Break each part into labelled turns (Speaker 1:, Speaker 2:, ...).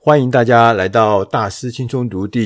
Speaker 1: 欢迎大家来到大师轻松读第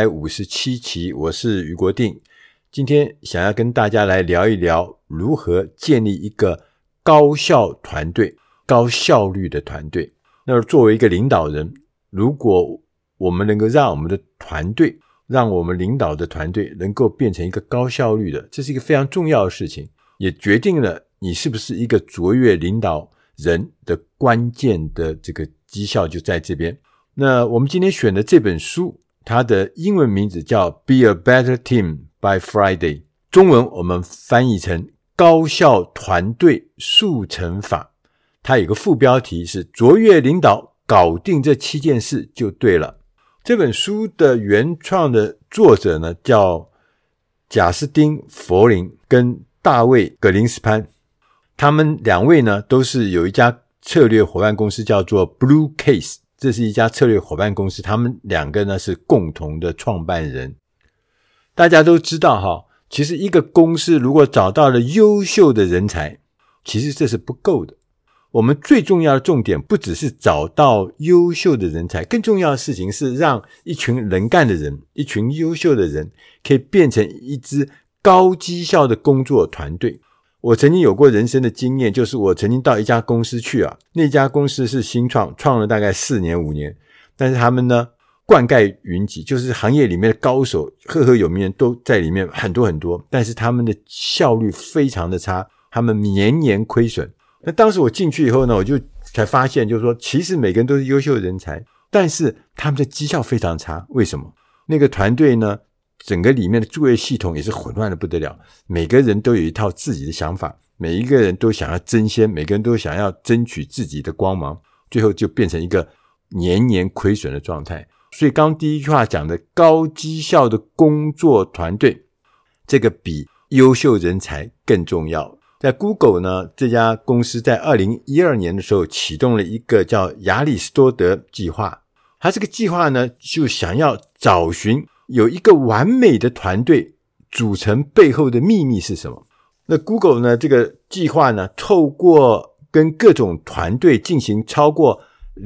Speaker 1: 957期，我是余国定。今天想要跟大家来聊一聊如何建立一个高效团队、高效率的团队。那作为一个领导人，如果我们能够让我们的团队，让我们领导的团队能够变成一个高效率的，这是一个非常重要的事情，也决定了你是不是一个卓越领导人的关键的这个绩效就在这边。那我们今天选的这本书，它的英文名字叫 Be a Better Team by Friday， 中文我们翻译成高效团队速成法。它有个副标题是卓越领导搞定这7件事就对了。这本书的原创的作者呢叫贾斯汀·佛林跟大卫·格林斯潘，他们两位呢都是有一家策略伙伴公司叫做 Blue Case， 这是一家策略伙伴公司，他们两个呢是共同的创办人。大家都知道其实一个公司如果找到了优秀的人才，其实这是不够的。我们最重要的重点不只是找到优秀的人才，更重要的事情是让一群能干的人，一群优秀的人可以变成一支高绩效的工作团队。我曾经有过人生的经验，就是我曾经到一家公司去那家公司是新创了大概4年5年，但是他们呢灌溉云集，就是行业里面的高手赫赫有名人都在里面很多很多，但是他们的效率非常的差，他们年年亏损。那当时我进去以后呢，我就才发现，就是说其实每个人都是优秀的人才，但是他们的绩效非常差。为什么？那个团队呢整个里面的作业系统也是混乱的不得了，每个人都有一套自己的想法，每一个人都想要争先，每个人都想要争取自己的光芒，最后就变成一个年年亏损的状态。所以刚第一句话讲的高绩效的工作团队，这个比优秀人才更重要。在 Google 呢，这家公司在2012年的时候启动了一个叫亚里士多德计划。它这个计划呢，就想要找寻有一个完美的团队组成背后的秘密是什么。那 Google 呢，这个计划呢，透过跟各种团队进行超过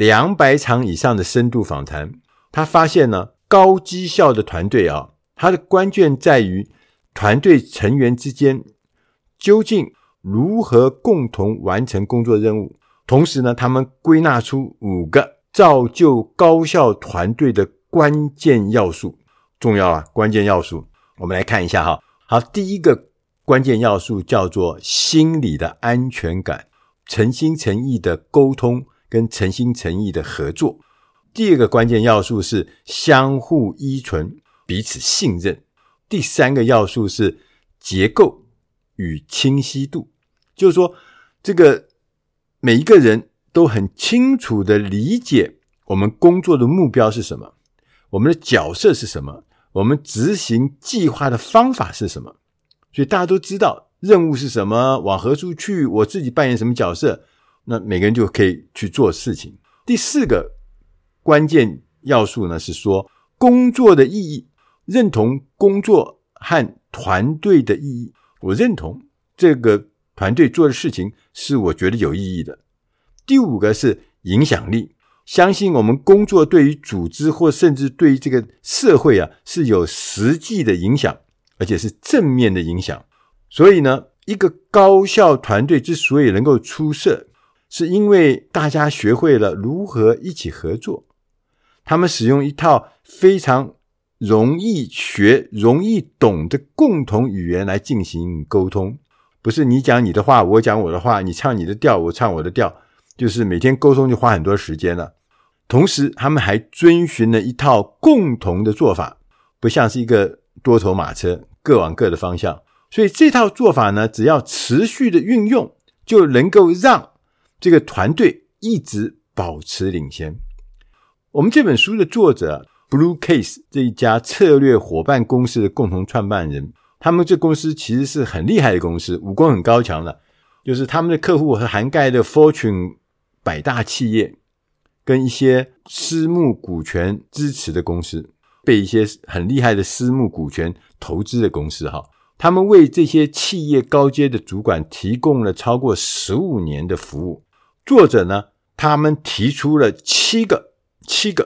Speaker 1: 200场以上的深度访谈，他发现呢，高绩效的团队它的关键在于团队成员之间究竟如何共同完成工作任务。同时呢，他们归纳出5个造就高效团队的关键要素。重要关键要素我们来看一下好，第一个关键要素叫做心理的安全感，诚心诚意的沟通跟诚心诚意的合作。第二个关键要素是相互依存，彼此信任。第三个要素是结构与清晰度，就是说这个每一个人都很清楚的理解我们工作的目标是什么，我们的角色是什么，我们执行计划的方法是什么。所以大家都知道任务是什么，往何处去，我自己扮演什么角色，那每个人就可以去做事情。第四个关键要素呢，是说工作的意义，认同工作和团队的意义，我认同这个团队做的事情是我觉得有意义的。第五个是影响力，相信我们工作对于组织或甚至对于这个社会是有实际的影响，而且是正面的影响。所以呢，一个高效团队之所以能够出色，是因为大家学会了如何一起合作，他们使用一套非常容易学容易懂的共同语言来进行沟通，不是你讲你的话我讲我的话，你唱你的调我唱我的调，就是每天沟通就花很多时间了。同时他们还遵循了一套共同的做法，不像是一个多头马车各往各的方向。所以这套做法呢，只要持续的运用，就能够让这个团队一直保持领先。我们这本书的作者Blue Case 这一家策略伙伴公司的共同创办人，他们这公司其实是很厉害的公司，武功很高强的，就是他们的客户涵盖的 Fortune 100大企业跟一些私募股权支持的公司，被一些很厉害的私募股权投资的公司他们为这些企业高阶的主管提供了超过15年的服务。作者呢，他们提出了七个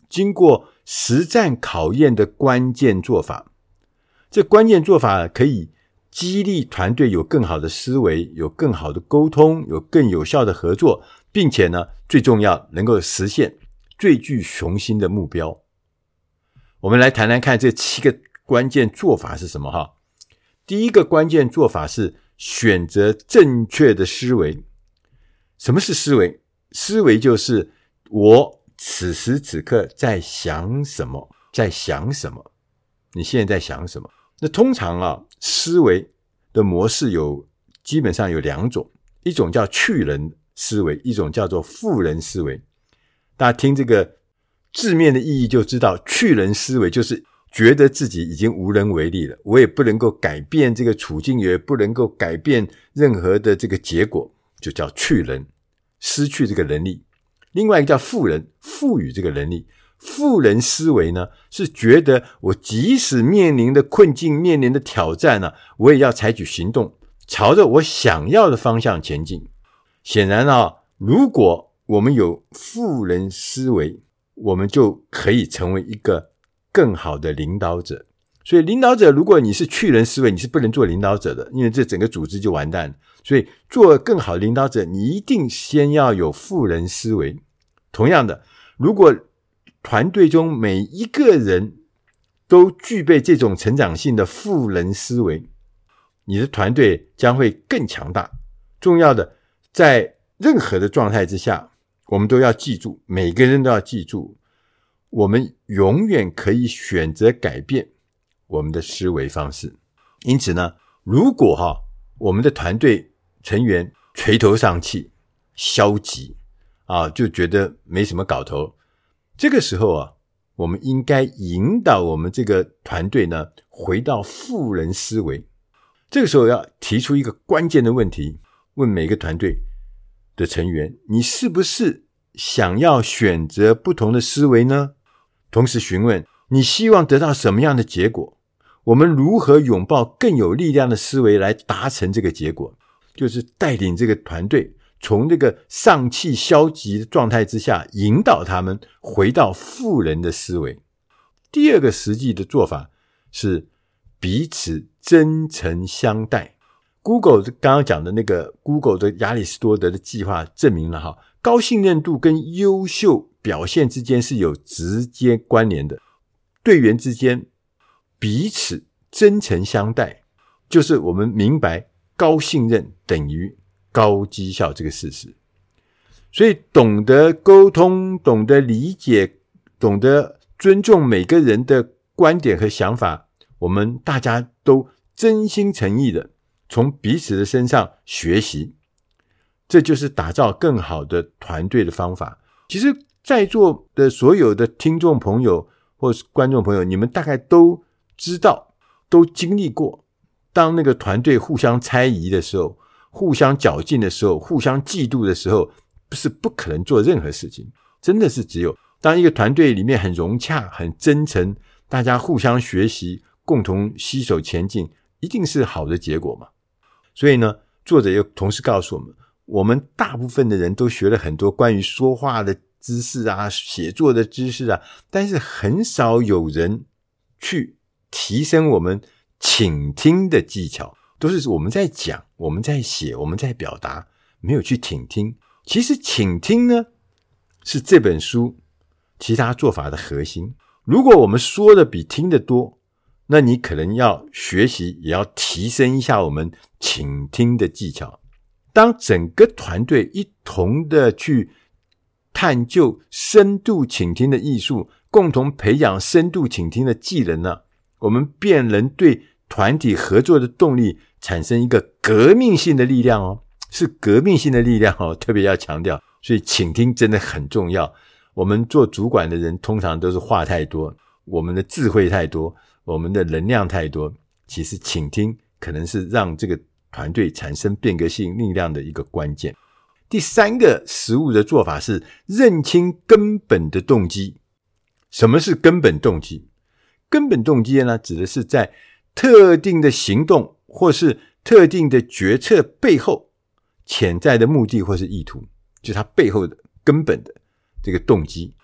Speaker 1: 经过实战考验的关键做法。这关键做法可以激励团队有更好的思维，有更好的沟通，有更有效的合作，并且呢，最重要能够实现最具雄心的目标。我们来谈谈看这7个关键做法是什么哈。第一个关键做法是选择正确的思维。什么是思维？思维就是我此时此刻在想什么，在想什么。你现在在想什么？那通常思维的模式基本上有2种，一种叫去人思维，一种叫做富人思维。大家听这个字面的意义就知道，去人思维就是觉得自己已经无能为力了，我也不能够改变这个处境，也不能够改变任何的这个结果，就叫去人，失去这个能力。另外一个叫富人，赋予这个能力。富人思维呢，是觉得我即使面临的困境，面临的挑战呢，我也要采取行动，朝着我想要的方向前进。显然如果我们有富人思维，我们就可以成为一个更好的领导者。所以领导者，如果你是去人思维，你是不能做领导者的，因为这整个组织就完蛋了。所以做更好的领导者，你一定先要有富人思维。同样的，如果团队中每一个人都具备这种成长性的富人思维，你的团队将会更强大。重要的，在任何的状态之下，我们都要记住，每个人都要记住，我们永远可以选择改变我们的思维方式。因此呢，如果我们的团队成员垂头丧气、消极就觉得没什么搞头，这个时候我们应该引导我们这个团队呢，回到富人思维。这个时候要提出一个关键的问题，问每个团队的成员，你是不是想要选择不同的思维呢？同时询问，你希望得到什么样的结果？我们如何拥抱更有力量的思维来达成这个结果？就是带领这个团队从这个丧气消极的状态之下，引导他们回到富人的思维。第二个实际的做法是彼此真诚相待。Google 刚刚讲的那个 Google 的亚里士多德的计划证明了高信任度跟优秀表现之间是有直接关联的。队员之间彼此真诚相待，就是我们明白高信任等于高绩效这个事实。所以懂得沟通，懂得理解，懂得尊重每个人的观点和想法，我们大家都真心诚意的从彼此的身上学习，这就是打造更好的团队的方法。其实在座的所有的听众朋友或是观众朋友，你们大概都知道，都经历过，当那个团队互相猜疑的时候，互相较劲的时候，互相嫉妒的时候，是不可能做任何事情。真的是只有当一个团队里面很融洽，很真诚，大家互相学习，共同携手前进，一定是好的结果嘛。所以呢，作者又同时告诉我们大部分的人都学了很多关于说话的知识写作的知识但是很少有人去提升我们倾听的技巧，都是我们在讲，我们在写，我们在表达，没有去倾听。其实倾听呢，是这本书其他做法的核心。如果我们说的比听的多，那你可能要学习，也要提升一下我们倾听的技巧。当整个团队一同的去探究深度倾听的艺术，共同培养深度倾听的技能呢，我们便能对团体合作的动力产生一个革命性的力量是革命性的力量特别要强调。所以倾听真的很重要。我们做主管的人通常都是话太多，我们的智慧太多，我们的能量太多，其实倾听可能是让这个团队产生变革性力量的一个关键。第三个实务的做法是认清根本的动机。什么是根本动机？根本动机呢，指的是在特定的行动或是特定的决策背后潜在的目的或是意图，就是它背后的根本的这个动机。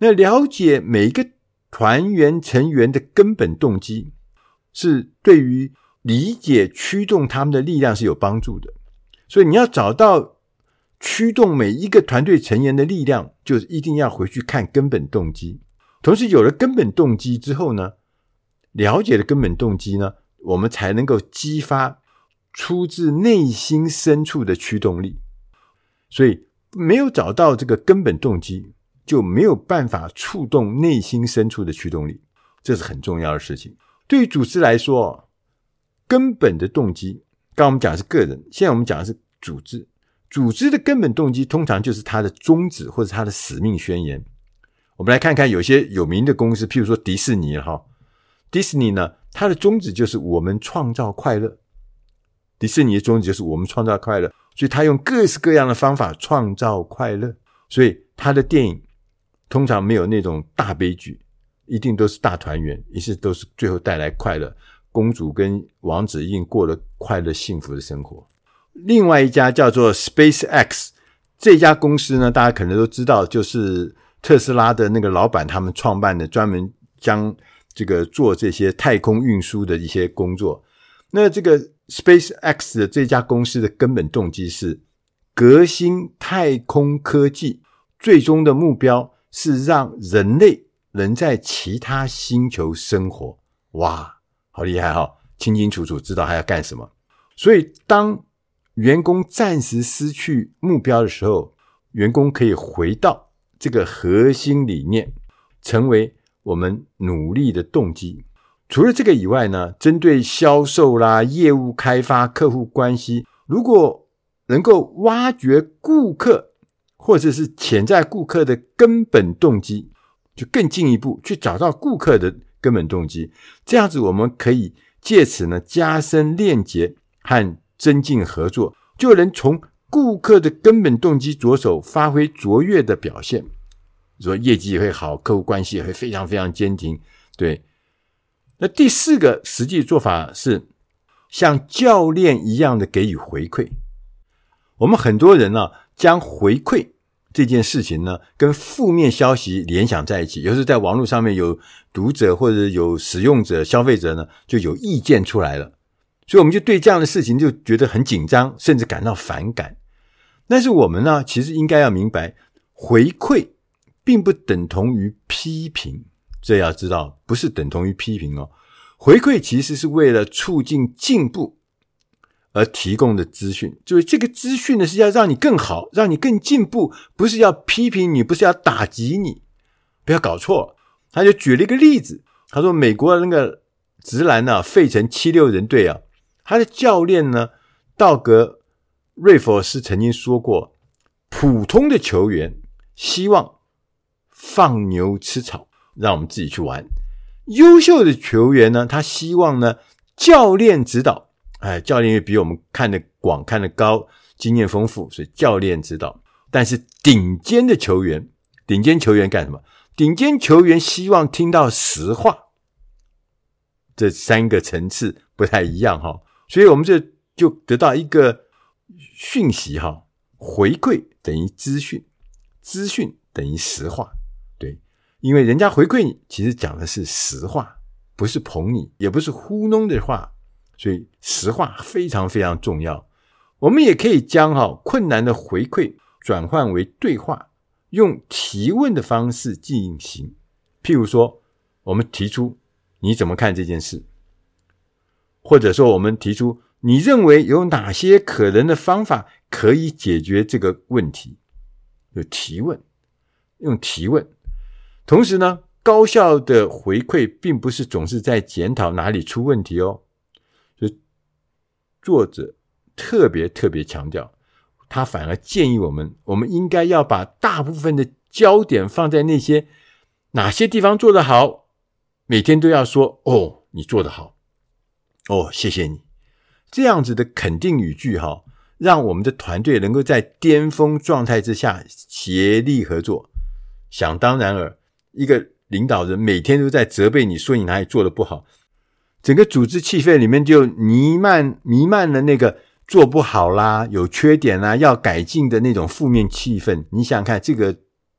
Speaker 1: 那了解每一个团员成员的根本动机，是对于理解驱动他们的力量是有帮助的。所以你要找到驱动每一个团队成员的力量，就一定要回去看根本动机。同时有了根本动机之后呢，了解了根本动机呢，我们才能够激发出自内心深处的驱动力。所以没有找到这个根本动机，就没有办法触动内心深处的驱动力，这是很重要的事情。对于组织来说，根本的动机，刚刚我们讲的是个人，现在我们讲的是组织。组织的根本动机通常就是它的宗旨或者它的使命宣言。我们来看看有些有名的公司，譬如说迪士尼迪士尼呢，它的宗旨就是我们创造快乐。迪士尼的宗旨就是我们创造快乐，所以它用各式各样的方法创造快乐。所以它的电影通常没有那种大悲剧，一定都是大团圆，于是都是最后带来快乐，公主跟王子一定过了快乐幸福的生活。另外一家叫做 SpaceX， 这家公司呢，大家可能都知道，就是特斯拉的那个老板他们创办的，专门将这个做这些太空运输的一些工作。那这个 SpaceX 的这家公司的根本动机是革新太空科技，最终的目标是让人类能在其他星球生活。哇，好厉害清清楚楚知道他要干什么。所以当员工暂时失去目标的时候，员工可以回到这个核心理念，成为我们努力的动机。除了这个以外呢，针对销售啦、业务开发、客户关系，如果能够挖掘顾客或者是潜在顾客的根本动机，就更进一步去找到顾客的根本动机，这样子我们可以借此呢加深链接和增进合作，就能从顾客的根本动机着手，发挥卓越的表现。说业绩也会好，客户关系也会非常非常坚挺。对，那第四个实际做法是像教练一样的给予回馈。我们很多人将回馈这件事情呢跟负面消息联想在一起，有时在网络上面有读者或者有使用者、消费者呢就有意见出来了，所以我们就对这样的事情就觉得很紧张，甚至感到反感。但是我们呢，其实应该要明白，回馈并不等同于批评，这要知道，不是等同于批评回馈其实是为了促进进步而提供的资讯，就是这个资讯呢是要让你更好，让你更进步，不是要批评你，不是要打击你，不要搞错。他就举了一个例子，他说美国那个职篮费城76人队他的教练呢道格瑞佛斯曾经说过，普通的球员希望放牛吃草，让我们自己去玩。优秀的球员呢，他希望呢教练指导，教练也比我们看得广看得高，经验丰富，所以教练指导。但是顶尖球员干什么？顶尖球员希望听到实话。这三个层次不太一样所以我们这就得到一个讯息回馈等于资讯，资讯等于实话。对，因为人家回馈你，其实讲的是实话，不是捧你，也不是糊弄的话，所以实话非常非常重要。我们也可以将困难的回馈转换为对话，用提问的方式进行。譬如说，我们提出你怎么看这件事，或者说我们提出你认为有哪些可能的方法可以解决这个问题，用提问。同时呢，高效的回馈并不是总是在检讨哪里出问题所以作者特别强调，他反而建议我们应该要把大部分的焦点放在那些哪些地方做得好，每天都要说你做得好，谢谢你，这样子的肯定语句让我们的团队能够在巅峰状态之下协力合作。想当然尔，一个领导人每天都在责备你，说你哪里做得不好，整个组织气氛里面就弥漫了那个做不好啦、有缺点啦、要改进的那种负面气氛。你想想看，这个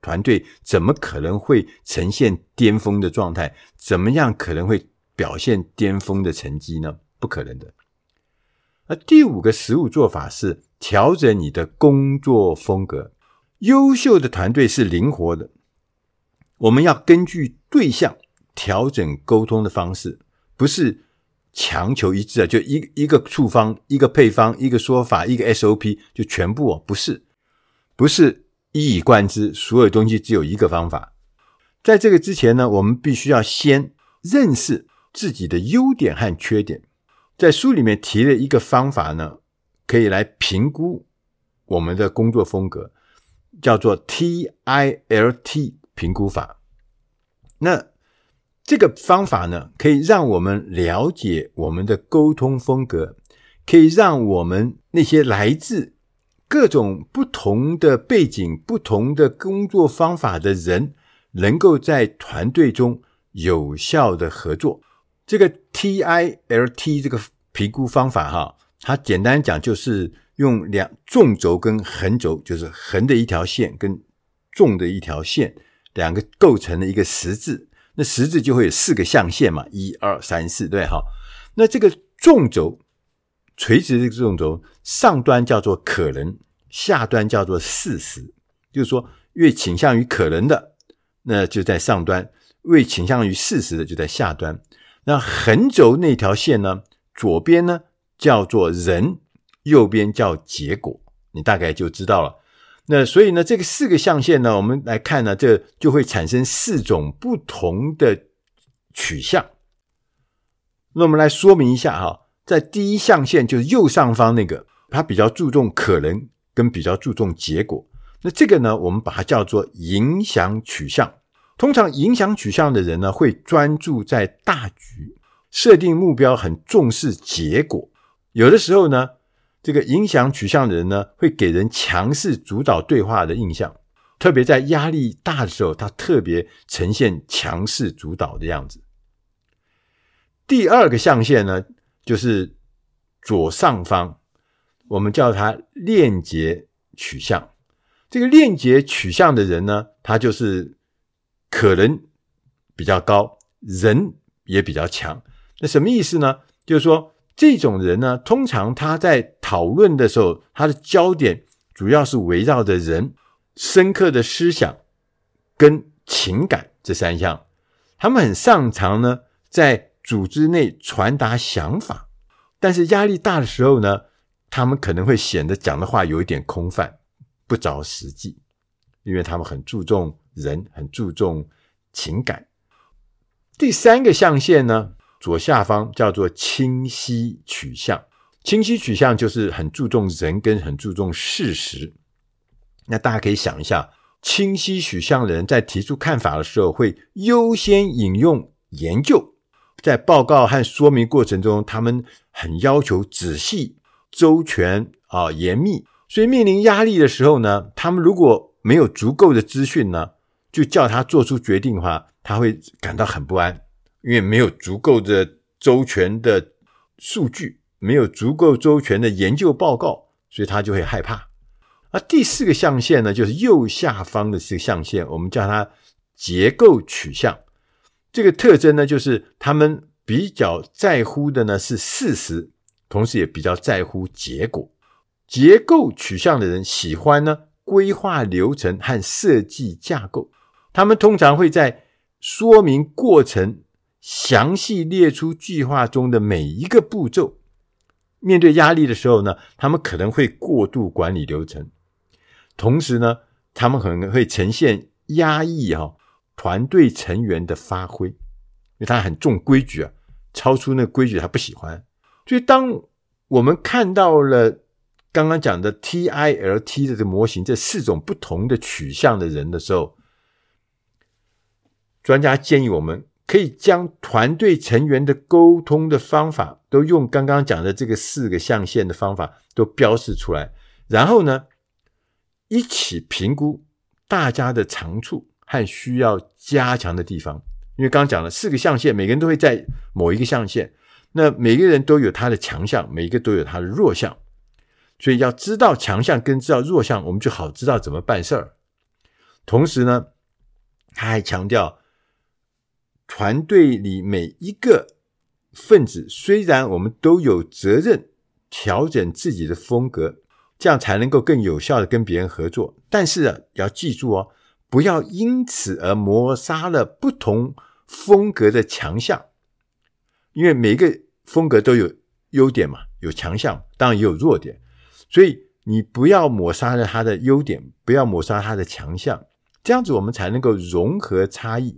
Speaker 1: 团队怎么可能会呈现巅峰的状态？怎么样可能会表现巅峰的成绩呢？不可能的。而第5个实务做法是调整你的工作风格。优秀的团队是灵活的，我们要根据对象调整沟通的方式，不是强求一致啊，就一个处方、一个配方、一个说法、一个 SOP 就全部哦，不是一以贯之，所有东西只有一个方法。在这个之前呢，我们必须要先认识自己的优点和缺点。在书里面提了一个方法呢，可以来评估我们的工作风格，叫做 TILT 评估法。那这个方法呢，可以让我们了解我们的沟通风格，可以让我们那些来自各种不同的背景、不同的工作方法的人，能够在团队中有效的合作。这个 TILT 这个评估方法它简单讲就是用纵轴跟横轴，就是横的一条线跟纵的一条线，两个构成了一个十字。那十字就会有4个象限嘛，1、2、3、4，对哈。那这个纵轴，垂直的纵轴，上端叫做可能，下端叫做事实。就是说，越倾向于可能的，那就在上端；越倾向于事实的，就在下端。那横轴那条线呢，左边呢叫做人，右边叫结果，你大概就知道了。那所以呢，这个4个象限呢，我们来看呢，这就会产生4种不同的取向。那我们来说明一下在第一象限就是右上方那个，它比较注重可能跟比较注重结果。那这个呢，我们把它叫做影响取向。通常影响取向的人呢，会专注在大局，设定目标，很重视结果。有的时候呢，这个影响取向的人呢，会给人强势主导对话的印象，特别在压力大的时候，他特别呈现强势主导的样子。第2个象限呢，就是左上方，我们叫它链结取向。这个链结取向的人呢，他就是可能比较高，人也比较强。那什么意思呢？就是说这种人呢，通常他在讨论的时候，他的焦点主要是围绕着人、深刻的思想跟情感这3项。他们很擅长呢，在组织内传达想法，但是压力大的时候呢，他们可能会显得讲的话有一点空泛，不着实际，因为他们很注重人，很注重情感。第3个象限呢，左下方叫做清晰取向。清晰取向就是很注重人跟很注重事实。那大家可以想一下，清晰取向的人在提出看法的时候，会优先引用研究，在报告和说明过程中，他们很要求仔细、周全严密。所以面临压力的时候呢，他们如果没有足够的资讯呢，就叫他做出决定的话，他会感到很不安，因为没有足够的周全的数据，没有足够周全的研究报告，所以他就会害怕。第4个象限呢，就是右下方的这个象限，我们叫它结构取向。这个特征呢，就是他们比较在乎的呢是事实，同时也比较在乎结果。结构取向的人喜欢呢规划流程和设计架构，他们通常会在说明过程详细列出计划中的每一个步骤。面对压力的时候呢，他们可能会过度管理流程，同时呢，他们可能会呈现压抑团队成员的发挥，因为他很重规矩超出那个规矩他不喜欢。所以当我们看到了刚刚讲的 TILT 的这个模型，这4种不同的取向的人的时候，专家建议我们可以将团队成员的沟通的方法都用刚刚讲的这个4个象限的方法都标示出来，然后呢一起评估大家的长处和需要加强的地方。因为刚刚讲了4个象限，每个人都会在某一个象限，那每个人都有他的强项，每一个都有他的弱项，所以要知道强项跟知道弱项，我们就好知道怎么办事儿。 同时呢，他还强调团队里每一个分子虽然我们都有责任调整自己的风格，这样才能够更有效的跟别人合作，但是要记住不要因此而抹杀了不同风格的强项，因为每个风格都有优点嘛，有强项，当然也有弱点，所以你不要抹杀了它的优点，不要抹杀它的强项，这样子我们才能够融合差异，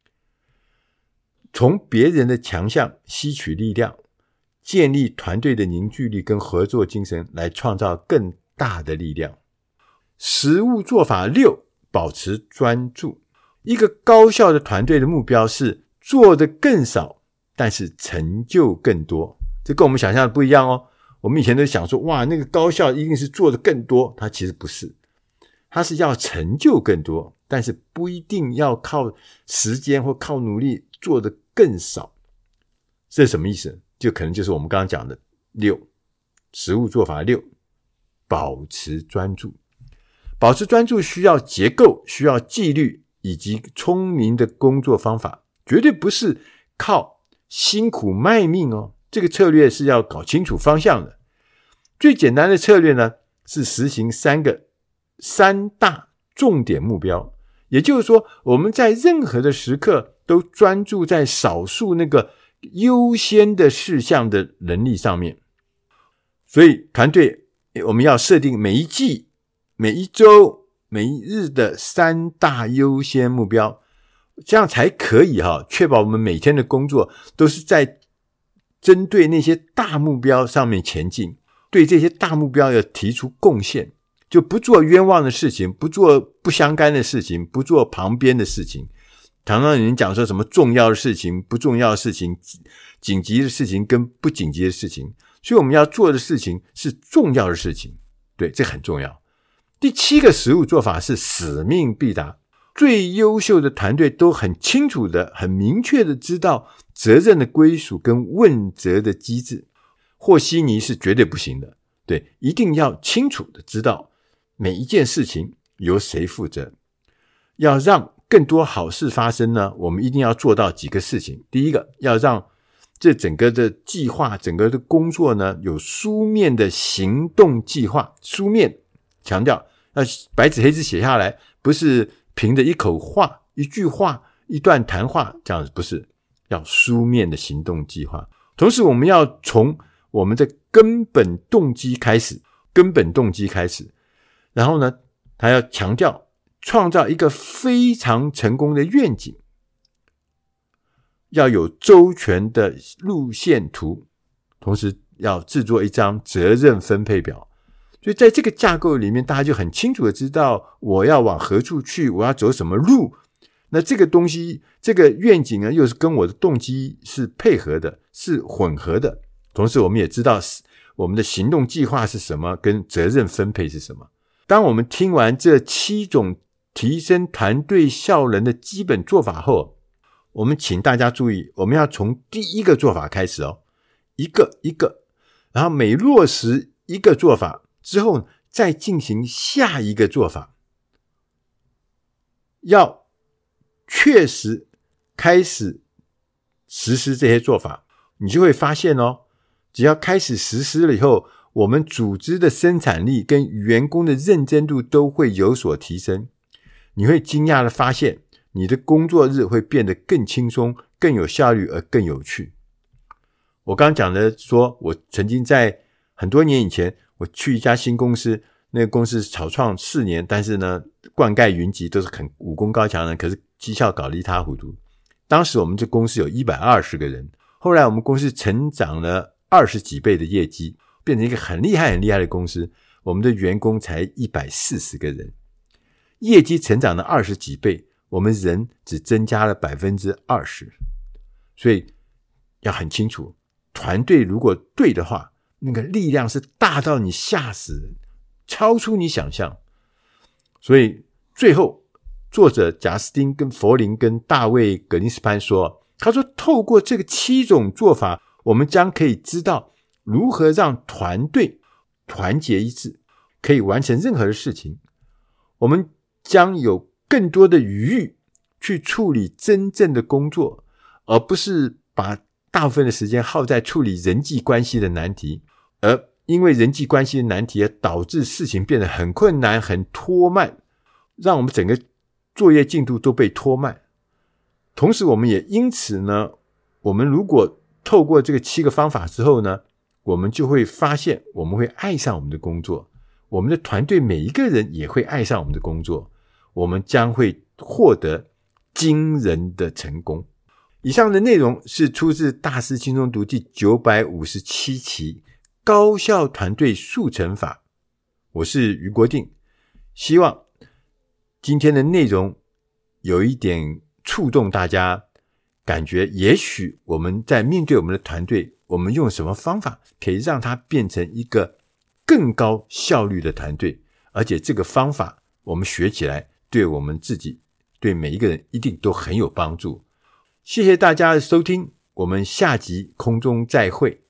Speaker 1: 从别人的强项吸取力量，建立团队的凝聚力跟合作精神，来创造更大的力量。实务做法6，保持专注。一个高效的团队的目标是做得更少，但是成就更多。这跟我们想象的不一样我们以前都想说，哇，那个高效一定是做得更多，它其实不是，它是要成就更多，但是不一定要靠时间或靠努力做得更少。这是什么意思？就可能就是我们刚刚讲的6，实务做法6，保持专注。保持专注需要结构，需要纪律以及聪明的工作方法，绝对不是靠辛苦卖命这个策略是要搞清楚方向的。最简单的策略呢，是实行三大重点目标，也就是说我们在任何的时刻都专注在少数那个优先的事项的能力上面。所以团队我们要设定每一季、每一周、每一日的3大优先目标，这样才可以确保我们每天的工作都是在针对那些大目标上面前进，对这些大目标要提出贡献，就不做冤枉的事情，不做不相干的事情，不做旁边的事情。常常有人讲说什么重要的事情、不重要的事情、紧急的事情跟不紧急的事情，所以我们要做的事情是重要的事情，对，这很重要。第7个实务做法是使命必达。最优秀的团队都很清楚的、很明确的知道责任的归属跟问责的机制。和稀泥是绝对不行的，对，一定要清楚的知道每一件事情由谁负责。要让更多好事发生呢，我们一定要做到几个事情。第一个，要让这整个的计划、整个的工作呢，有书面的行动计划。书面强调要白纸黑字写下来，不是凭着一口话、一句话、一段谈话这样子，不是，要书面的行动计划。同时我们要从我们的根本动机开始，然后呢，他要强调创造一个非常成功的愿景，要有周全的路线图，同时要制作一张责任分配表。所以在这个架构里面，大家就很清楚的知道我要往何处去，我要走什么路。那这个东西，这个愿景呢，又是跟我的动机是配合的，是混合的。同时我们也知道我们的行动计划是什么，跟责任分配是什么。当我们听完这7种提升团队效能的基本做法后，我们请大家注意，我们要从第1个做法开始一个一个，然后每落实一个做法之后，再进行下一个做法，要确实开始实施这些做法，你就会发现只要开始实施了以后，我们组织的生产力跟员工的认真度都会有所提升。你会惊讶的发现，你的工作日会变得更轻松、更有效率而更有趣。我刚刚讲的说，我曾经在很多年以前，我去一家新公司，那个公司草创4年，但是呢，灌溉云集，都是很武功高强的人，可是绩效搞得一塌糊涂。当时我们这公司有120个人，后来我们公司成长了20几倍的业绩，变成一个很厉害的公司，我们的员工才140个人，业绩成长了20几倍，我们人只增加了 20%。 所以要很清楚，团队如果对的话，那个力量是大到你吓死人，超出你想象。所以最后作者贾斯汀跟佛林跟大卫格林斯潘说，他说透过这个7种做法，我们将可以知道如何让团队团结一致，可以完成任何的事情。我们将有更多的余裕去处理真正的工作，而不是把大部分的时间耗在处理人际关系的难题，而因为人际关系的难题而导致事情变得很困难、很拖慢，让我们整个作业进度都被拖慢。同时我们也因此呢，我们如果透过这个7个方法之后呢，我们就会发现我们会爱上我们的工作，我们的团队每一个人也会爱上我们的工作，我们将会获得惊人的成功。以上的内容是出自大师轻松读第957期高效团队速成法。我是余国定，希望今天的内容有一点触动大家，感觉也许我们在面对我们的团队，我们用什么方法可以让它变成一个更高效率的团队，而且这个方法我们学起来对我们自己，对每一个人一定都很有帮助。谢谢大家的收听，我们下集空中再会。